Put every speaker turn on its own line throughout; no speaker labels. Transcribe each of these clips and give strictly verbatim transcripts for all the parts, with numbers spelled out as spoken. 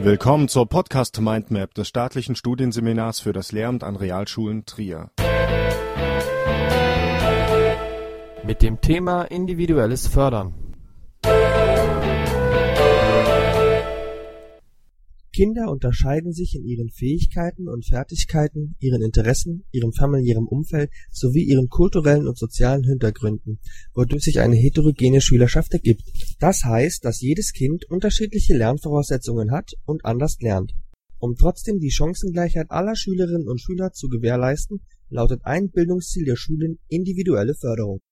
Willkommen zur Podcast Mindmap des staatlichen Studienseminars für das Lehramt an Realschulen Trier.
Mit dem Thema individuelles Fördern.
Kinder unterscheiden sich in ihren Fähigkeiten und Fertigkeiten, ihren Interessen, ihrem familiären Umfeld sowie ihren kulturellen und sozialen Hintergründen, wodurch sich eine heterogene Schülerschaft ergibt. Das heißt, dass jedes Kind unterschiedliche Lernvoraussetzungen hat und anders lernt. Um trotzdem die Chancengleichheit aller Schülerinnen und Schüler zu gewährleisten, lautet ein Bildungsziel der Schulen individuelle Förderung.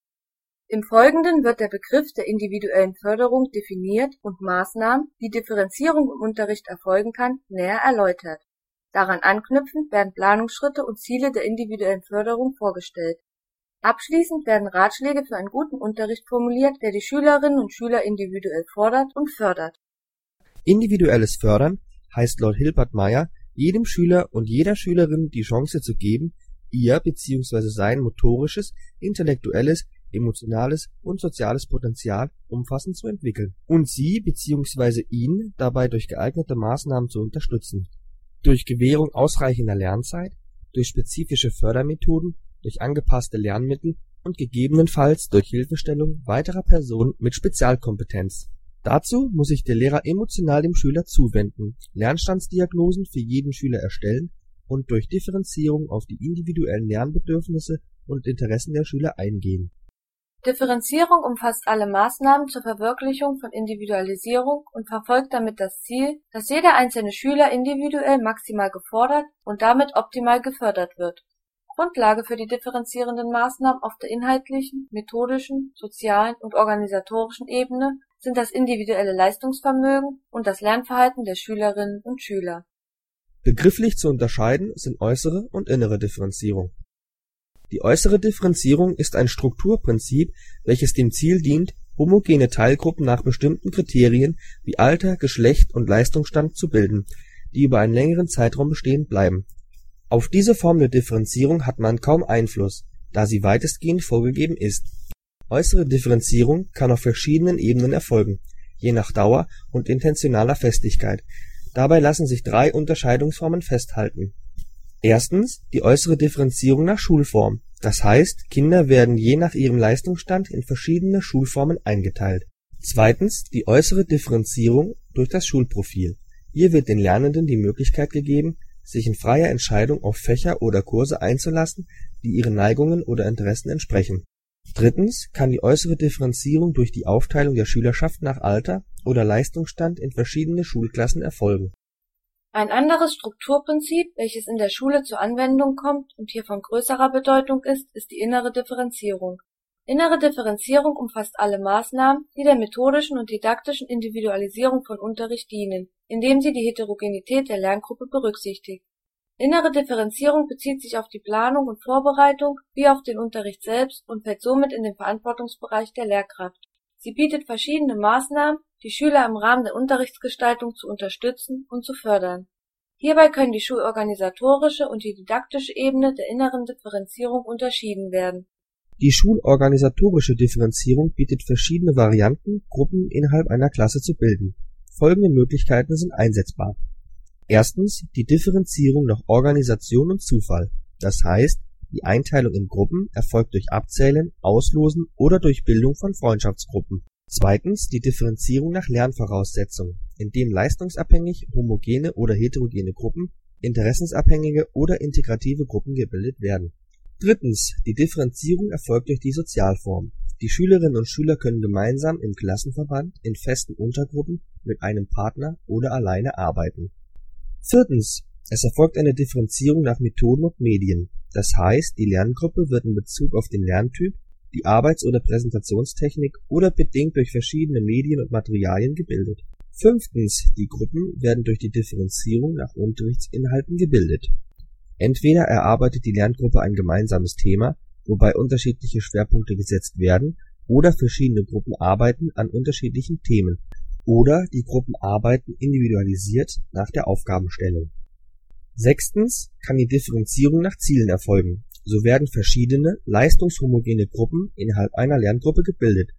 Im Folgenden wird der Begriff der individuellen Förderung definiert und Maßnahmen, wie Differenzierung im Unterricht erfolgen kann, näher erläutert. Daran anknüpfend werden Planungsschritte und Ziele der individuellen Förderung vorgestellt. Abschließend werden Ratschläge für einen guten Unterricht formuliert, der die Schülerinnen und Schüler individuell fordert und fördert.
Individuelles Fördern heißt laut Hilbert Meyer, jedem Schüler und jeder Schülerin die Chance zu geben, ihr bzw. sein motorisches, intellektuelles, emotionales und soziales Potenzial umfassend zu entwickeln und sie bzw. ihn dabei durch geeignete Maßnahmen zu unterstützen. Durch Gewährung ausreichender Lernzeit, durch spezifische Fördermethoden, durch angepasste Lernmittel und gegebenenfalls durch Hilfestellung weiterer Personen mit Spezialkompetenz. Dazu muss sich der Lehrer emotional dem Schüler zuwenden, Lernstandsdiagnosen für jeden Schüler erstellen und durch Differenzierung auf die individuellen Lernbedürfnisse und Interessen der Schüler eingehen.
Differenzierung umfasst alle Maßnahmen zur Verwirklichung von Individualisierung und verfolgt damit das Ziel, dass jeder einzelne Schüler individuell maximal gefordert und damit optimal gefördert wird. Grundlage für die differenzierenden Maßnahmen auf der inhaltlichen, methodischen, sozialen und organisatorischen Ebene sind das individuelle Leistungsvermögen und das Lernverhalten der Schülerinnen und Schüler.
Begrifflich zu unterscheiden sind äußere und innere Differenzierung. Die äußere Differenzierung ist ein Strukturprinzip, welches dem Ziel dient, homogene Teilgruppen nach bestimmten Kriterien wie Alter, Geschlecht und Leistungsstand zu bilden, die über einen längeren Zeitraum bestehen bleiben. Auf diese Form der Differenzierung hat man kaum Einfluss, da sie weitestgehend vorgegeben ist. Äußere Differenzierung kann auf verschiedenen Ebenen erfolgen, je nach Dauer und intentionaler Festigkeit. Dabei lassen sich drei Unterscheidungsformen festhalten. Erstens die äußere Differenzierung nach Schulform, das heißt, Kinder werden je nach ihrem Leistungsstand in verschiedene Schulformen eingeteilt. Zweitens die äußere Differenzierung durch das Schulprofil. Hier wird den Lernenden die Möglichkeit gegeben, sich in freier Entscheidung auf Fächer oder Kurse einzulassen, die ihren Neigungen oder Interessen entsprechen. Drittens kann die äußere Differenzierung durch die Aufteilung der Schülerschaft nach Alter oder Leistungsstand in verschiedene Schulklassen erfolgen.
Ein anderes Strukturprinzip, welches in der Schule zur Anwendung kommt und hier von größerer Bedeutung ist, ist die innere Differenzierung. Innere Differenzierung umfasst alle Maßnahmen, die der methodischen und didaktischen Individualisierung von Unterricht dienen, indem sie die Heterogenität der Lerngruppe berücksichtigt. Innere Differenzierung bezieht sich auf die Planung und Vorbereitung wie auf den Unterricht selbst und fällt somit in den Verantwortungsbereich der Lehrkraft. Sie bietet verschiedene Maßnahmen, die Schüler im Rahmen der Unterrichtsgestaltung zu unterstützen und zu fördern. Hierbei können die schulorganisatorische und die didaktische Ebene der inneren Differenzierung unterschieden werden.
Die schulorganisatorische Differenzierung bietet verschiedene Varianten, Gruppen innerhalb einer Klasse zu bilden. Folgende Möglichkeiten sind einsetzbar. Erstens die Differenzierung nach Organisation und Zufall, das heißt, die Einteilung in Gruppen erfolgt durch Abzählen, Auslosen oder durch Bildung von Freundschaftsgruppen. Zweitens die Differenzierung nach Lernvoraussetzungen, indem leistungsabhängig homogene oder heterogene Gruppen, interessensabhängige oder integrative Gruppen gebildet werden. Drittens die Differenzierung erfolgt durch die Sozialform. Die Schülerinnen und Schüler können gemeinsam im Klassenverband, in festen Untergruppen, mit einem Partner oder alleine arbeiten. Viertens es erfolgt eine Differenzierung nach Methoden und Medien. Das heißt, die Lerngruppe wird in Bezug auf den Lerntyp, die Arbeits- oder Präsentationstechnik oder bedingt durch verschiedene Medien und Materialien gebildet. Fünftens, die Gruppen werden durch die Differenzierung nach Unterrichtsinhalten gebildet. Entweder erarbeitet die Lerngruppe ein gemeinsames Thema, wobei unterschiedliche Schwerpunkte gesetzt werden, oder verschiedene Gruppen arbeiten an unterschiedlichen Themen. Oder die Gruppen arbeiten individualisiert nach der Aufgabenstellung. Sechstens kann die Differenzierung nach Zielen erfolgen. So werden verschiedene, leistungshomogene Gruppen innerhalb einer Lerngruppe gebildet.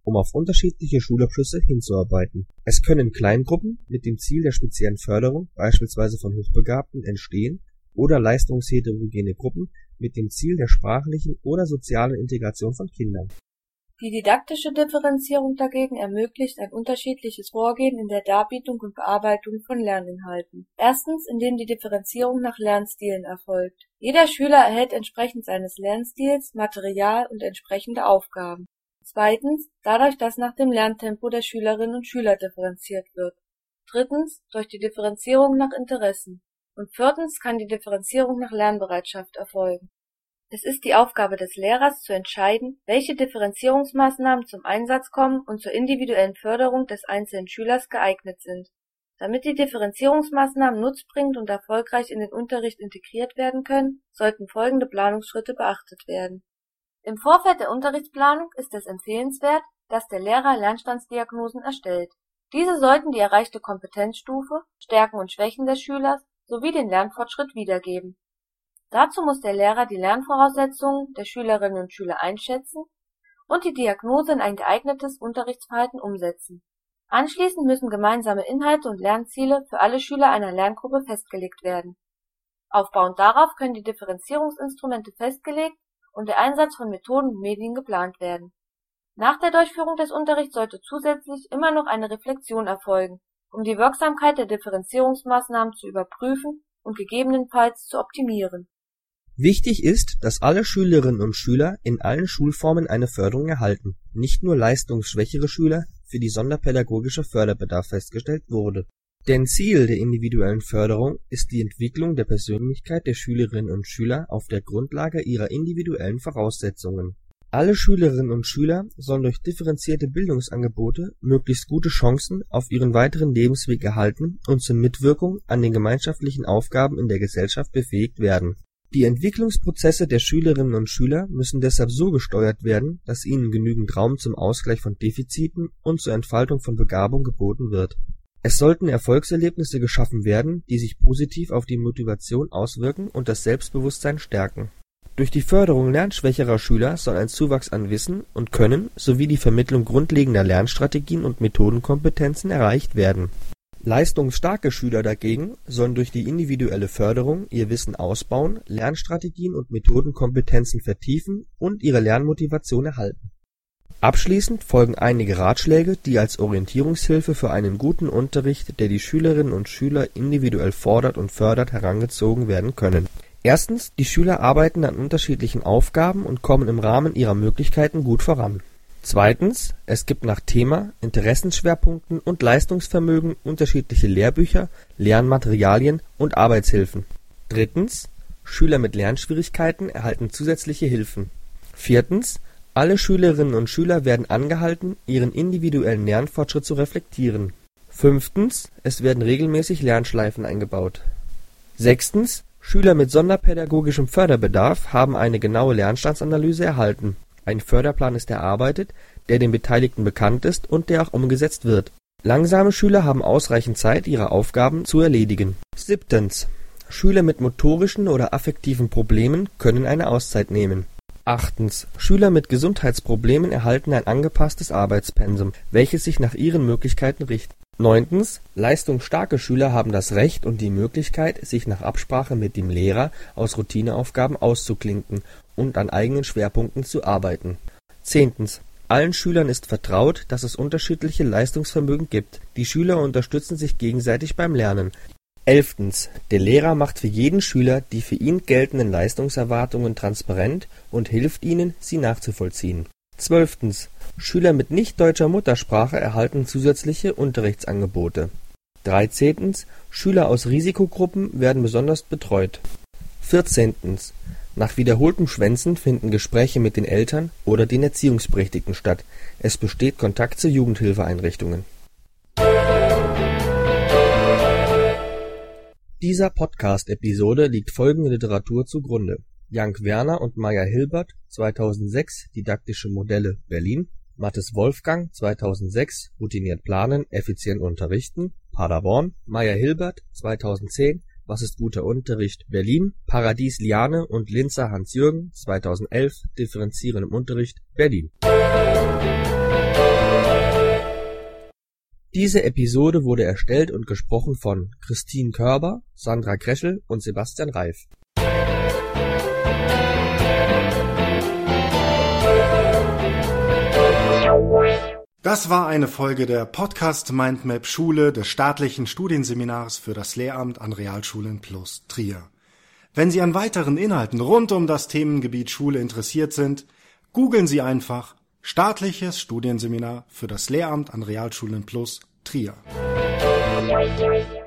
um auf unterschiedliche Schulabschlüsse hinzuarbeiten. Es können Kleingruppen mit dem Ziel der speziellen Förderung beispielsweise von Hochbegabten entstehen oder leistungsheterogene Gruppen mit dem Ziel der sprachlichen oder sozialen Integration von Kindern.
Die didaktische Differenzierung dagegen ermöglicht ein unterschiedliches Vorgehen in der Darbietung und Bearbeitung von Lerninhalten. Erstens, indem die Differenzierung nach Lernstilen erfolgt. Jeder Schüler erhält entsprechend seines Lernstils Material und entsprechende Aufgaben. Zweitens, dadurch, dass nach dem Lerntempo der Schülerinnen und Schüler differenziert wird. Drittens, durch die Differenzierung nach Interessen. Und viertens kann die Differenzierung nach Lernbereitschaft erfolgen. Es ist die Aufgabe des Lehrers zu entscheiden, welche Differenzierungsmaßnahmen zum Einsatz kommen und zur individuellen Förderung des einzelnen Schülers geeignet sind. Damit die Differenzierungsmaßnahmen nutzbringend und erfolgreich in den Unterricht integriert werden können, sollten folgende Planungsschritte beachtet werden. Im Vorfeld der Unterrichtsplanung ist es empfehlenswert, dass der Lehrer Lernstandsdiagnosen erstellt. Diese sollten die erreichte Kompetenzstufe, Stärken und Schwächen des Schülers sowie den Lernfortschritt wiedergeben. Dazu muss der Lehrer die Lernvoraussetzungen der Schülerinnen und Schüler einschätzen und die Diagnose in ein geeignetes Unterrichtsverhalten umsetzen. Anschließend müssen gemeinsame Inhalte und Lernziele für alle Schüler einer Lerngruppe festgelegt werden. Aufbauend darauf können die Differenzierungsinstrumente festgelegt und der Einsatz von Methoden und Medien geplant werden. Nach der Durchführung des Unterrichts sollte zusätzlich immer noch eine Reflexion erfolgen, um die Wirksamkeit der Differenzierungsmaßnahmen zu überprüfen und gegebenenfalls zu optimieren.
Wichtig ist, dass alle Schülerinnen und Schüler in allen Schulformen eine Förderung erhalten, nicht nur leistungsschwächere Schüler, für die sonderpädagogischer Förderbedarf festgestellt wurde. Denn Ziel der individuellen Förderung ist die Entwicklung der Persönlichkeit der Schülerinnen und Schüler auf der Grundlage ihrer individuellen Voraussetzungen. Alle Schülerinnen und Schüler sollen durch differenzierte Bildungsangebote möglichst gute Chancen auf ihren weiteren Lebensweg erhalten und zur Mitwirkung an den gemeinschaftlichen Aufgaben in der Gesellschaft befähigt werden. Die Entwicklungsprozesse der Schülerinnen und Schüler müssen deshalb so gesteuert werden, dass ihnen genügend Raum zum Ausgleich von Defiziten und zur Entfaltung von Begabung geboten wird. Es sollten Erfolgserlebnisse geschaffen werden, die sich positiv auf die Motivation auswirken und das Selbstbewusstsein stärken. Durch die Förderung lernschwächerer Schüler soll ein Zuwachs an Wissen und Können sowie die Vermittlung grundlegender Lernstrategien und Methodenkompetenzen erreicht werden. Leistungsstarke Schüler dagegen sollen durch die individuelle Förderung ihr Wissen ausbauen, Lernstrategien und Methodenkompetenzen vertiefen und ihre Lernmotivation erhalten. Abschließend folgen einige Ratschläge, die als Orientierungshilfe für einen guten Unterricht, der die Schülerinnen und Schüler individuell fordert und fördert, herangezogen werden können. Erstens, die Schüler arbeiten an unterschiedlichen Aufgaben und kommen im Rahmen ihrer Möglichkeiten gut voran. Zweitens, es gibt nach Thema, Interessenschwerpunkten und Leistungsvermögen unterschiedliche Lehrbücher, Lernmaterialien und Arbeitshilfen. Drittens, Schüler mit Lernschwierigkeiten erhalten zusätzliche Hilfen. Viertens, alle Schülerinnen und Schüler werden angehalten, ihren individuellen Lernfortschritt zu reflektieren. Fünftens, es werden regelmäßig Lernschleifen eingebaut. Sechstens, Schüler mit sonderpädagogischem Förderbedarf haben eine genaue Lernstandsanalyse erhalten. Ein Förderplan ist erarbeitet, der den Beteiligten bekannt ist und der auch umgesetzt wird. Langsame Schüler haben ausreichend Zeit, ihre Aufgaben zu erledigen. Siebtens. Schüler mit motorischen oder affektiven Problemen können eine Auszeit nehmen. Achtens. Schüler mit Gesundheitsproblemen erhalten ein angepasstes Arbeitspensum, welches sich nach ihren Möglichkeiten richtet. Neuntens. Leistungsstarke Schüler haben das Recht und die Möglichkeit, sich nach Absprache mit dem Lehrer aus Routineaufgaben auszuklinken und an eigenen Schwerpunkten zu arbeiten. Zehntens. Allen Schülern ist vertraut, dass es unterschiedliche Leistungsvermögen gibt. Die Schüler unterstützen sich gegenseitig beim Lernen. Elftens. Der Lehrer macht für jeden Schüler die für ihn geltenden Leistungserwartungen transparent und hilft ihnen, sie nachzuvollziehen. Zwölftens. Schüler mit nicht deutscher Muttersprache erhalten zusätzliche Unterrichtsangebote. Dreizehntens. Schüler aus Risikogruppen werden besonders betreut. Vierzehntens. Nach wiederholtem Schwänzen finden Gespräche mit den Eltern oder den Erziehungsberechtigten statt. Es besteht Kontakt zu Jugendhilfeeinrichtungen. Dieser Podcast-Episode liegt folgende Literatur zugrunde: Jank Werner und Maya Hilbert, zweitausendsechs, Didaktische Modelle, Berlin. Mattes Wolfgang, zweitausendsechs, Routiniert planen, effizient unterrichten, Paderborn. Maya Hilbert, zweitausendzehn, Was ist guter Unterricht, Berlin. Paradies Liane und Linzer Hans-Jürgen, zweitausendelf, Differenzieren im Unterricht, Berlin. Diese Episode wurde erstellt und gesprochen von Christine Körber, Sandra Kreschel und Sebastian Reif.
Das war eine Folge der Podcast Mindmap Schule des staatlichen Studienseminars für das Lehramt an Realschulen plus Trier. Wenn Sie an weiteren Inhalten rund um das Themengebiet Schule interessiert sind, googeln Sie einfach Staatliches Studienseminar für das Lehramt an Realschulen plus Trier.